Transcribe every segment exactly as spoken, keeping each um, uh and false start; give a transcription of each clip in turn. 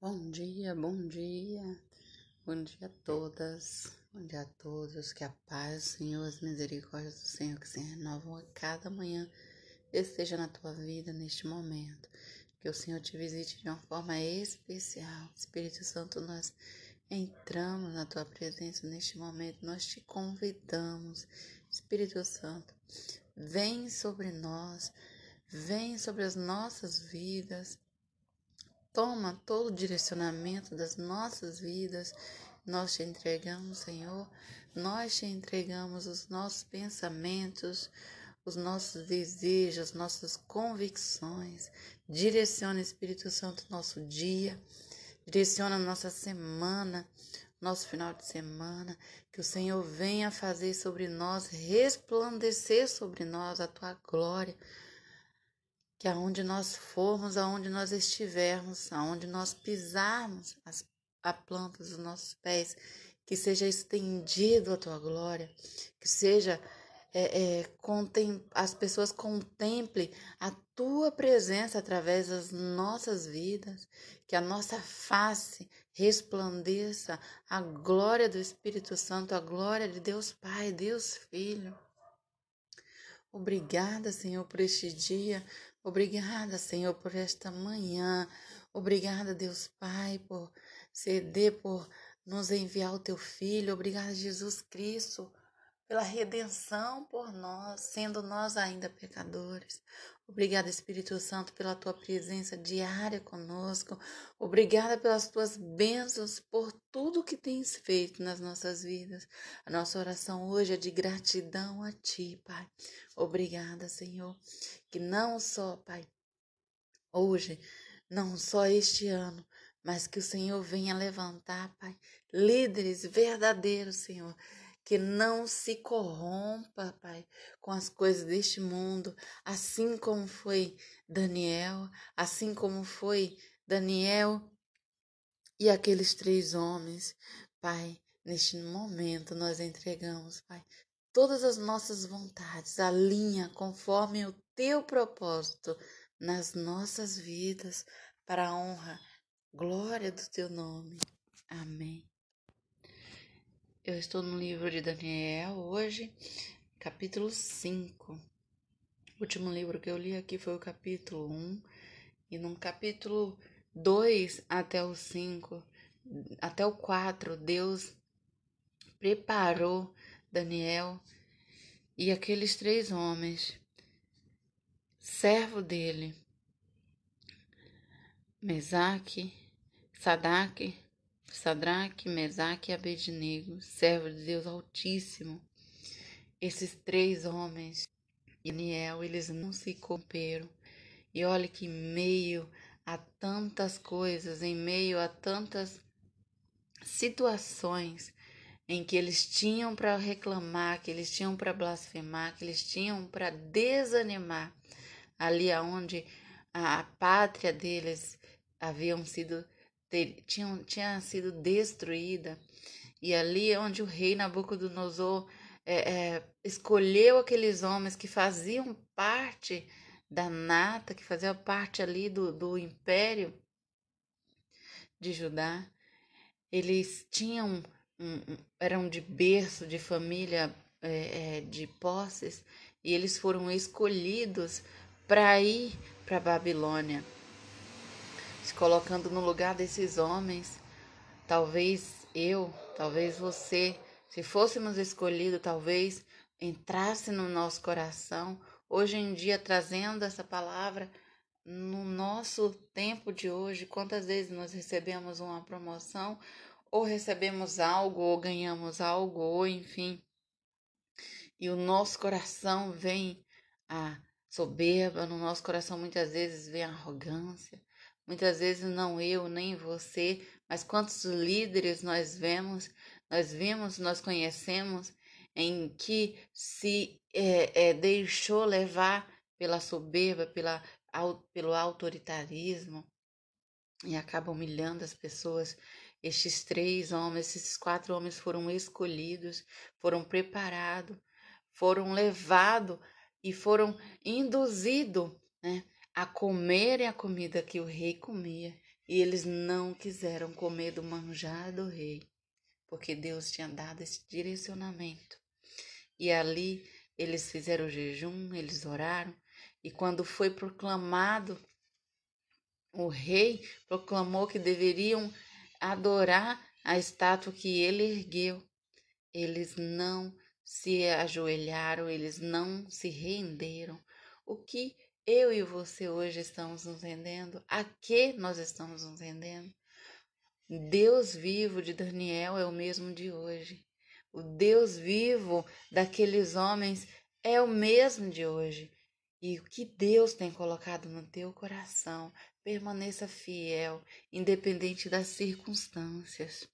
Bom dia, bom dia, bom dia a todas, bom dia a todos, que a paz do Senhor, as misericórdias do Senhor que se renovam a cada manhã esteja na tua vida neste momento, que o Senhor te visite de uma forma especial. Espírito Santo, nós entramos na tua presença neste momento, nós te convidamos. Espírito Santo, vem sobre nós, vem sobre as nossas vidas. Toma todo o direcionamento das nossas vidas. Nós te entregamos, Senhor. Nós te entregamos os nossos pensamentos, os nossos desejos, nossas convicções. Direciona, Espírito Santo, nosso dia. Direciona nossa semana, nosso final de semana. Que o Senhor venha fazer sobre nós, resplandecer sobre nós a tua glória. Que aonde nós formos, aonde nós estivermos, aonde nós pisarmos as, a planta dos nossos pés, que seja estendido a tua glória, que seja é, é, contem, as pessoas contemplem a tua presença através das nossas vidas, que a nossa face resplandeça a glória do Espírito Santo, a glória de Deus Pai, Deus Filho. Obrigada, Senhor, por este dia. Obrigada, Senhor, por esta manhã. Obrigada, Deus Pai, por ceder, por nos enviar o teu Filho. Obrigada, Jesus Cristo, pela redenção por nós, sendo nós ainda pecadores. Obrigada, Espírito Santo, pela tua presença diária conosco. Obrigada pelas tuas bênçãos, por tudo que tens feito nas nossas vidas. A nossa oração hoje é de gratidão a ti, Pai. Obrigada, Senhor, que não só, Pai, hoje, não só este ano, mas que o Senhor venha levantar, Pai, líderes verdadeiros, Senhor, que não se corrompa, Pai, com as coisas deste mundo, assim como foi Daniel, assim como foi Daniel e aqueles três homens. Pai, neste momento nós entregamos, Pai, todas as nossas vontades, alinha conforme o teu propósito nas nossas vidas, para a honra, glória do teu nome. Amém. Eu estou no livro de Daniel hoje, capítulo cinco. O último livro que eu li aqui foi o capítulo um, e no capítulo dois até o cinco, até o quatro, Deus preparou Daniel e aqueles três homens, servo dele, Mesaque, Sadraque, Sadraque, Mesaque e Abednego, servo de Deus Altíssimo. Esses três homens, Daniel, eles não se corromperam. E olha que em meio a tantas coisas, em meio a tantas situações em que eles tinham para reclamar, que eles tinham para blasfemar, que eles tinham para desanimar, ali aonde a, a pátria deles haviam sido ter, tinham, tinha sido destruída, e ali onde o rei Nabucodonosor é, é, escolheu aqueles homens que faziam parte da nata, que faziam parte ali do, do império de Judá. Eles tinham, um, um, eram de berço, de família, é, é, de posses, e eles foram escolhidos para ir para a Babilônia, se colocando no lugar desses homens. Talvez eu, talvez você, se fôssemos escolhidos, talvez entrasse no nosso coração, hoje em dia, trazendo essa palavra no nosso tempo de hoje. Quantas vezes nós recebemos uma promoção, ou recebemos algo, ou ganhamos algo, ou enfim, e o nosso coração vem a soberba, no nosso coração muitas vezes vem a arrogância, muitas vezes não eu, nem você, mas quantos líderes nós vemos, nós vimos, nós conhecemos, em que se é, é, deixou levar pela soberba, pela, pelo autoritarismo, e acaba humilhando as pessoas. Estes três homens, esses quatro homens foram escolhidos, foram preparados, foram levados e foram induzidos, né, a comerem a comida que o rei comia. e eles não quiseram comer do manjar do rei, porque Deus tinha dado esse direcionamento. E ali eles fizeram o jejum, eles oraram, e quando foi proclamado, o rei proclamou que deveriam adorar a estátua que ele ergueu. Eles não se ajoelharam, eles não se renderam. O que eu e você hoje estamos nos rendendo? A que nós estamos nos rendendo? Deus vivo de Daniel é o mesmo de hoje. O Deus vivo daqueles homens é o mesmo de hoje. E o que Deus tem colocado no teu coração, permaneça fiel, independente das circunstâncias.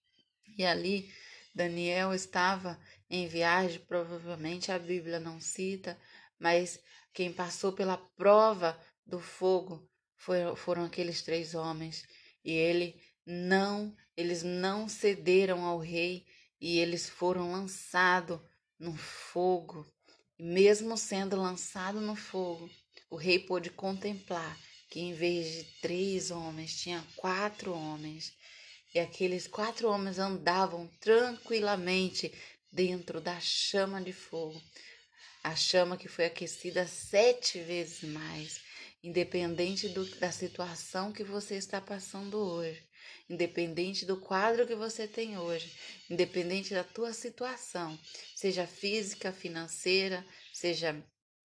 E ali, Daniel estava em viagem, provavelmente a Bíblia não cita, mas quem passou pela prova do fogo foi, foram aqueles três homens. E ele não, eles não cederam ao rei e eles foram lançados no fogo. E mesmo sendo lançado no fogo, o rei pôde contemplar que em vez de três homens, tinha quatro homens. E aqueles quatro homens andavam tranquilamente dentro da chama de fogo, a chama que foi aquecida sete vezes mais, independente do, da situação que você está passando hoje, independente do quadro que você tem hoje, independente da tua situação, seja física, financeira, seja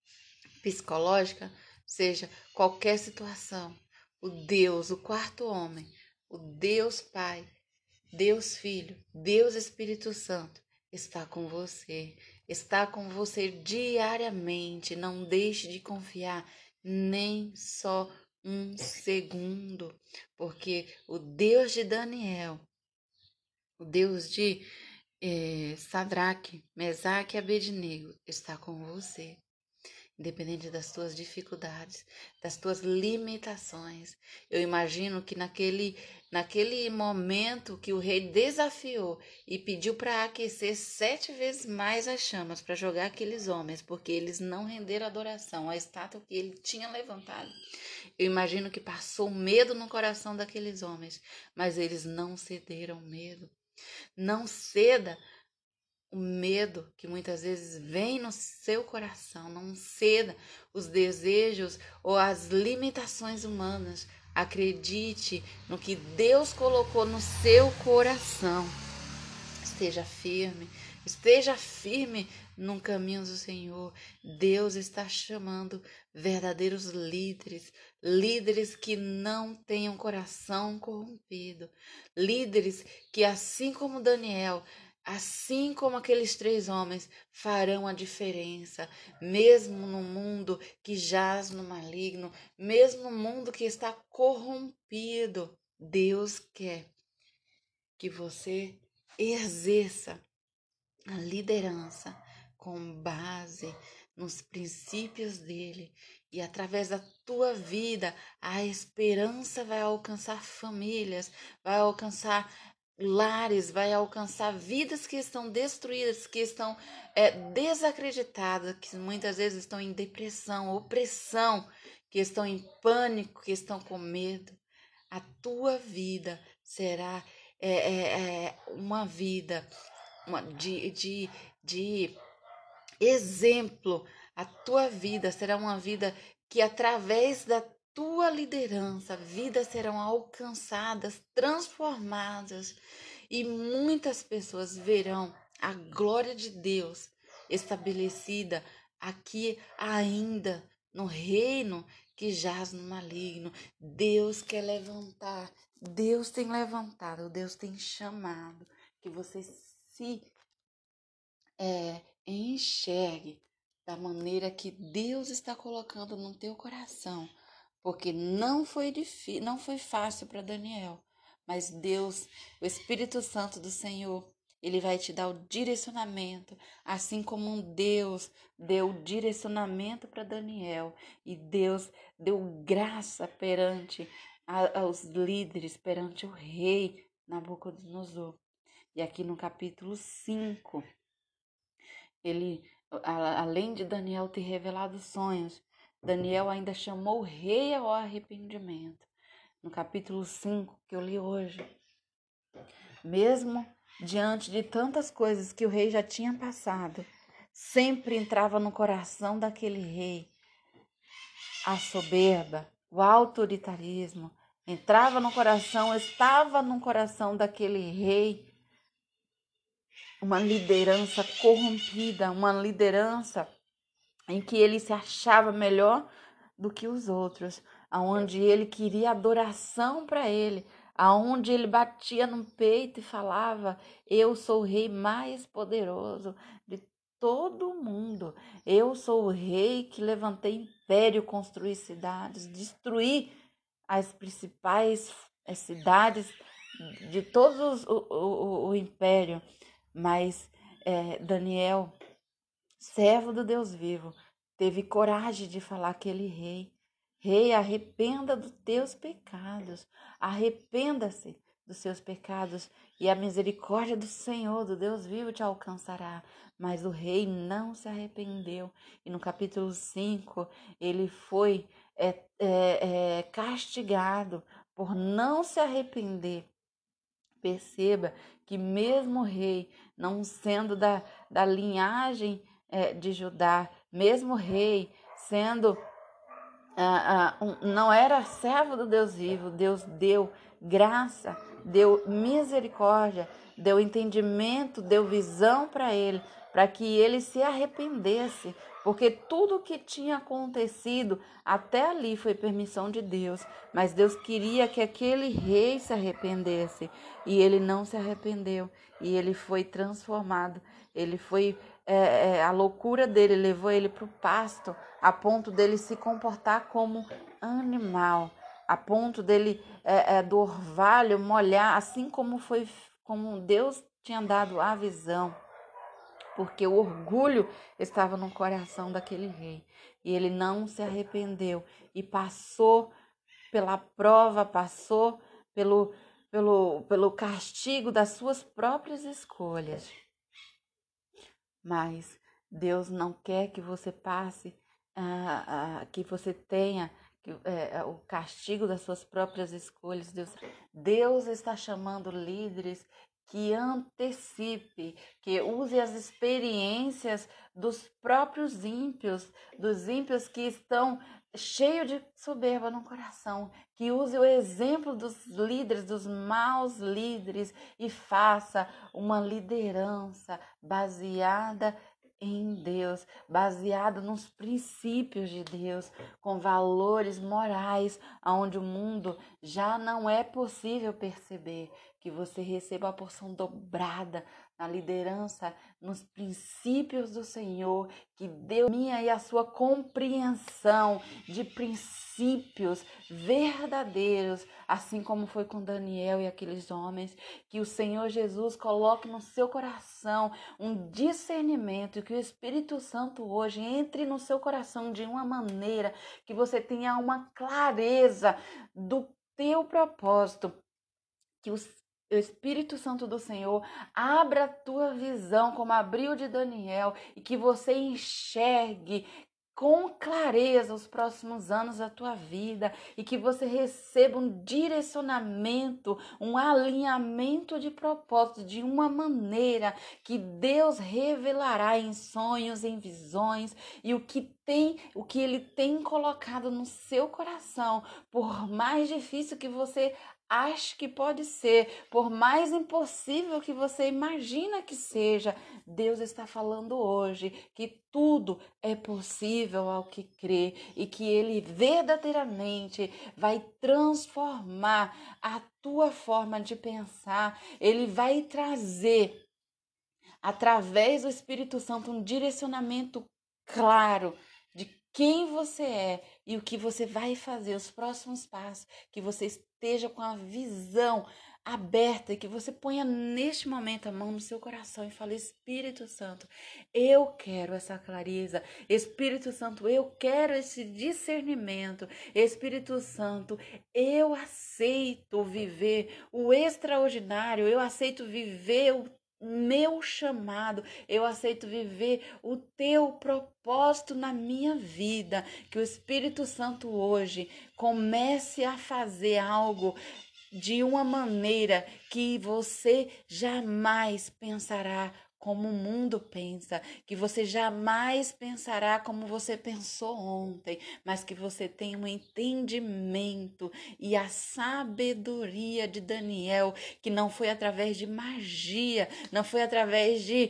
psicológica, seja qualquer situação, o Deus, o quarto homem, o Deus Pai, Deus Filho, Deus Espírito Santo está com você, está com você diariamente. Não deixe de confiar nem só um segundo, porque o Deus de Daniel, o Deus de eh, Sadraque, Mesaque e Abednego está com você. Independente das tuas dificuldades, das tuas limitações. Eu imagino que naquele, naquele momento que o rei desafiou e pediu para aquecer sete vezes mais as chamas para jogar aqueles homens, porque eles não renderam adoração à estátua que ele tinha levantado. Eu imagino que passou medo no coração daqueles homens, mas eles não cederam medo. Não ceda o medo que muitas vezes vem no seu coração, não ceda os desejos ou as limitações humanas. Acredite no que Deus colocou no seu coração. Esteja firme, esteja firme no caminho do Senhor. Deus está chamando verdadeiros líderes, líderes que não tenham coração corrompido, líderes que, assim como Daniel, assim como aqueles três homens, farão a diferença, mesmo no mundo que jaz no maligno, mesmo no mundo que está corrompido. Deus quer que você exerça a liderança com base nos princípios dele, e através da tua vida a esperança vai alcançar famílias, vai alcançar lares, vai alcançar vidas que estão destruídas, que estão é, desacreditadas, que muitas vezes estão em depressão, opressão, que estão em pânico, que estão com medo. A tua vida será é, é, é uma vida uma, de, de, de exemplo. A tua vida será uma vida que, através da tua liderança, vidas serão alcançadas, transformadas, e muitas pessoas verão a glória de Deus estabelecida aqui ainda no reino que jaz no maligno. Deus quer levantar, Deus tem levantado, Deus tem chamado que você se é, enxergue da maneira que Deus está colocando no teu coração, porque não foi difícil, não foi fácil para Daniel, mas Deus, o Espírito Santo do Senhor, ele vai te dar o direcionamento, assim como um Deus deu o direcionamento para Daniel, e Deus deu graça perante a, aos líderes, perante o rei Nabucodonosor. E aqui no capítulo cinco, ele, além de Daniel ter revelado sonhos, Daniel ainda chamou o rei ao arrependimento. no capítulo cinco que eu li hoje. Mesmo diante de tantas coisas que o rei já tinha passado, sempre entrava no coração daquele rei a soberba, o autoritarismo. Entrava no coração, estava no coração daquele rei uma liderança corrompida, uma liderança em que ele se achava melhor do que os outros, aonde ele queria adoração para ele, aonde ele batia no peito e falava: eu sou o rei mais poderoso de todo o mundo, eu sou o rei que levantei império, construí cidades, destruí as principais cidades de todos o, o, o império. Mas é, Daniel, servo do Deus vivo, teve coragem de falar aquele rei: rei, arrependa dos teus pecados, arrependa-se dos seus pecados e a misericórdia do Senhor, do Deus vivo, te alcançará. Mas o rei não se arrependeu e no capítulo cinco ele foi é, é, é, castigado por não se arrepender. Perceba que mesmo o rei, não sendo da, da linhagem é, de Judá, mesmo o rei sendo, ah, ah, um, não era servo do Deus vivo, Deus deu graça, deu misericórdia, deu entendimento, deu visão para ele, para que ele se arrependesse, porque tudo o que tinha acontecido até ali foi permissão de Deus, mas Deus queria que aquele rei se arrependesse e ele não se arrependeu e ele foi transformado, ele foi, é, é, a loucura dele levou ele para o pasto, a ponto dele se comportar como animal, a ponto dele é, é, do orvalho molhar, assim como foi, como Deus tinha dado a visão, porque o orgulho estava no coração daquele rei e ele não se arrependeu e passou pela prova, passou pelo, pelo, pelo castigo das suas próprias escolhas. Mas Deus não quer que você passe, ah, ah, que você tenha que, é, o castigo das suas próprias escolhas. Deus, Deus está chamando líderes que antecipe, que use as experiências dos próprios ímpios, dos ímpios que estão cheios de soberba no coração, que use o exemplo dos líderes, dos maus líderes e faça uma liderança baseada em Deus, baseada nos princípios de Deus, com valores morais, onde o mundo já não é possível perceber, que você receba a porção dobrada na liderança, nos princípios do Senhor, que Deus minha e a sua compreensão de princípios verdadeiros, assim como foi com Daniel e aqueles homens, que o Senhor Jesus coloque no seu coração um discernimento, que o Espírito Santo hoje entre no seu coração de uma maneira que você tenha uma clareza do teu propósito, que o o Espírito Santo do Senhor abra a tua visão como abriu de Daniel e que você enxergue com clareza os próximos anos da tua vida e que você receba um direcionamento, um alinhamento de propósito de uma maneira que Deus revelará em sonhos, em visões e o que tem, o que ele tem colocado no seu coração, por mais difícil que você acho que pode ser, por mais impossível que você imagina que seja, Deus está falando hoje que tudo é possível ao que crê e que Ele verdadeiramente vai transformar a tua forma de pensar, Ele vai trazer, através do Espírito Santo, um direcionamento claro de quem você é e o que você vai fazer, os próximos passos, que você esteja com a visão aberta e que você ponha neste momento a mão no seu coração e fale: Espírito Santo, eu quero essa clareza, Espírito Santo, eu quero esse discernimento, Espírito Santo, eu aceito viver o extraordinário, eu aceito viver o meu chamado, eu aceito viver o teu propósito na minha vida. Que o Espírito Santo hoje comece a fazer algo de uma maneira que você jamais pensará como o mundo pensa, que você jamais pensará como você pensou ontem, mas que você tenha um entendimento e a sabedoria de Daniel, que não foi através de magia, não foi através de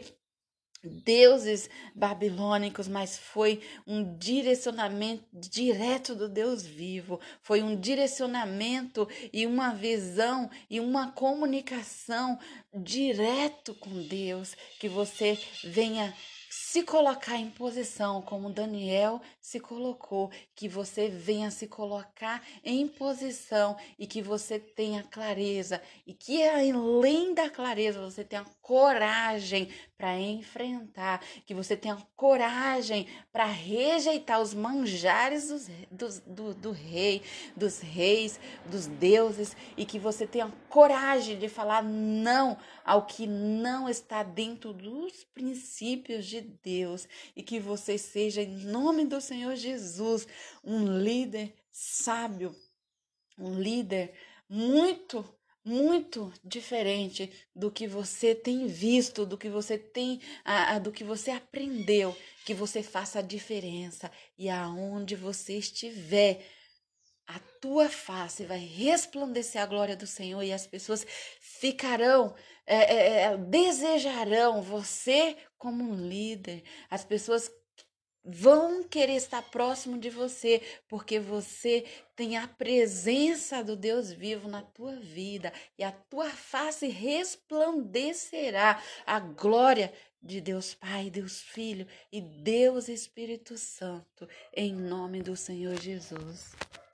deuses babilônicos, mas foi um direcionamento direto do Deus vivo, foi um direcionamento e uma visão e uma comunicação direto com Deus, que você venha se colocar em posição como Daniel se colocou, que você venha se colocar em posição e que você tenha clareza e que além da clareza você tenha coragem para enfrentar, que você tenha coragem para rejeitar os manjares dos, dos, do, do rei, dos reis, dos deuses, e que você tenha coragem de falar não ao que não está dentro dos princípios de Deus, e que você seja, em nome do Senhor Jesus, um líder sábio, um líder muito, muito diferente do que você tem visto, do que você tem, ah, do que você aprendeu, que você faça a diferença e aonde você estiver, a tua face vai resplandecer a glória do Senhor e as pessoas ficarão, é, é, é, desejarão você como um líder. As pessoas vão querer estar próximo de você, porque você tem a presença do Deus vivo na tua vida e a tua face resplandecerá a glória de Deus Pai, Deus Filho e Deus Espírito Santo, em nome do Senhor Jesus.